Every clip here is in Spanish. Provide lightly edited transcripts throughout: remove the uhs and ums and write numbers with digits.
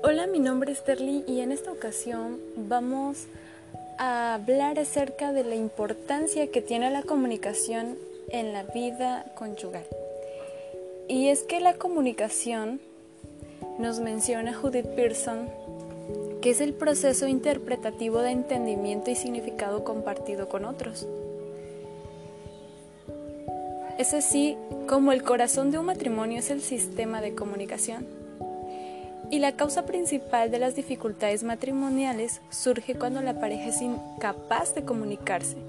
Hola, mi nombre es Terly y en esta ocasión vamos a hablar acerca de la importancia que tiene la comunicación en la vida conyugal. Y es que la comunicación, nos menciona Judith Pearson, que es el proceso interpretativo de entendimiento y significado compartido con otros. Es así como el corazón de un matrimonio es el sistema de comunicación. Y la causa principal de las dificultades matrimoniales surge cuando la pareja es incapaz de comunicarse.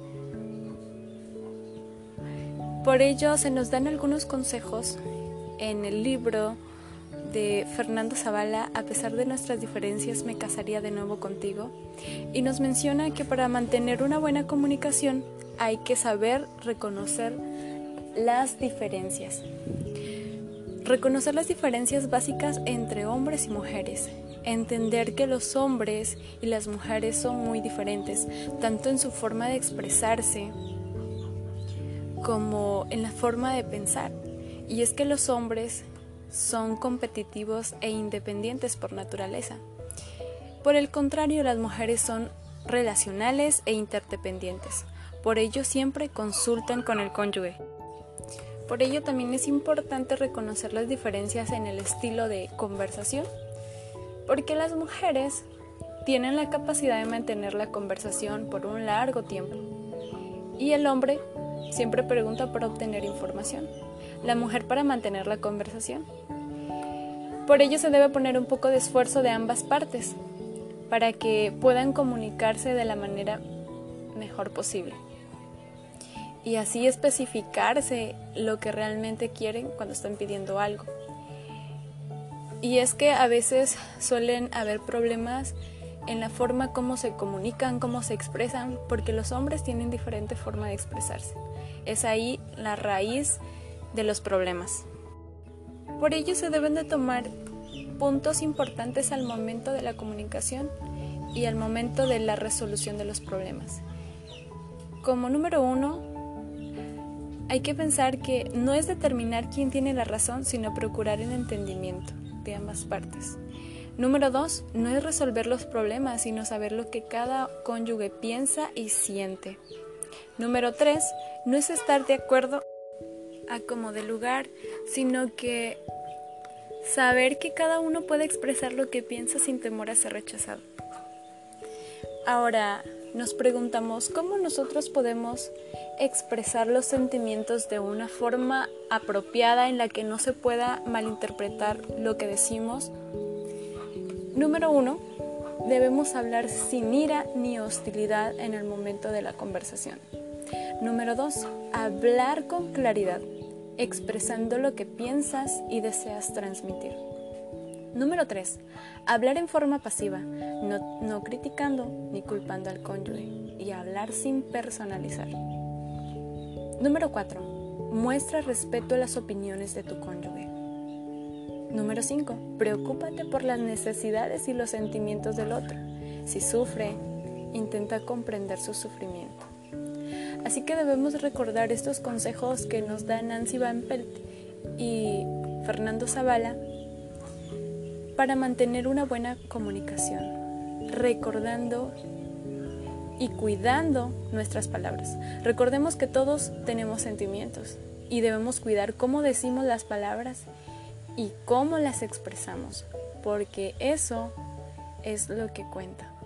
Por ello se nos dan algunos consejos en el libro de Fernando Zavala, A pesar de nuestras diferencias me casaría de nuevo contigo, y nos menciona que para mantener una buena comunicación hay que saber reconocer las diferencias. Reconocer las diferencias básicas entre hombres y mujeres. Entender que los hombres y las mujeres son muy diferentes, tanto en su forma de expresarse como en la forma de pensar. Y es que los hombres son competitivos e independientes por naturaleza. Por el contrario, las mujeres son relacionales e interdependientes. Por ello siempre consultan con el cónyuge. Por ello también es importante reconocer las diferencias en el estilo de conversación, porque las mujeres tienen la capacidad de mantener la conversación por un largo tiempo y el hombre siempre pregunta para obtener información, la mujer para mantener la conversación. Por ello se debe poner un poco de esfuerzo de ambas partes para que puedan comunicarse de la manera mejor posible. Y así especificarse lo que realmente quieren cuando están pidiendo algo. Y es que a veces suelen haber problemas en la forma como se comunican, cómo se expresan, porque los hombres tienen diferente forma de expresarse. Es ahí la raíz de los problemas. Por ello se deben de tomar puntos importantes al momento de la comunicación y al momento de la resolución de los problemas. Como número 1, hay que pensar que no es determinar quién tiene la razón, sino procurar el entendimiento de ambas partes. Número 2, no es resolver los problemas, sino saber lo que cada cónyuge piensa y siente. Número 3, no es estar de acuerdo a como de lugar, sino que saber que cada uno puede expresar lo que piensa sin temor a ser rechazado. Ahora, nos preguntamos cómo nosotros podemos expresar los sentimientos de una forma apropiada en la que no se pueda malinterpretar lo que decimos. Número 1, debemos hablar sin ira ni hostilidad en el momento de la conversación. Número 2, hablar con claridad, expresando lo que piensas y deseas transmitir. Número 3, hablar en forma pasiva, no criticando ni culpando al cónyuge, y hablar sin personalizar. Número 4, muestra respeto a las opiniones de tu cónyuge. Número 5, preocúpate por las necesidades y los sentimientos del otro. Si sufre, intenta comprender su sufrimiento. Así que debemos recordar estos consejos que nos dan Nancy Van Pelt y Fernando Zavala para mantener una buena comunicación, recordando y cuidando nuestras palabras. Recordemos que todos tenemos sentimientos y debemos cuidar cómo decimos las palabras y cómo las expresamos, porque eso es lo que cuenta.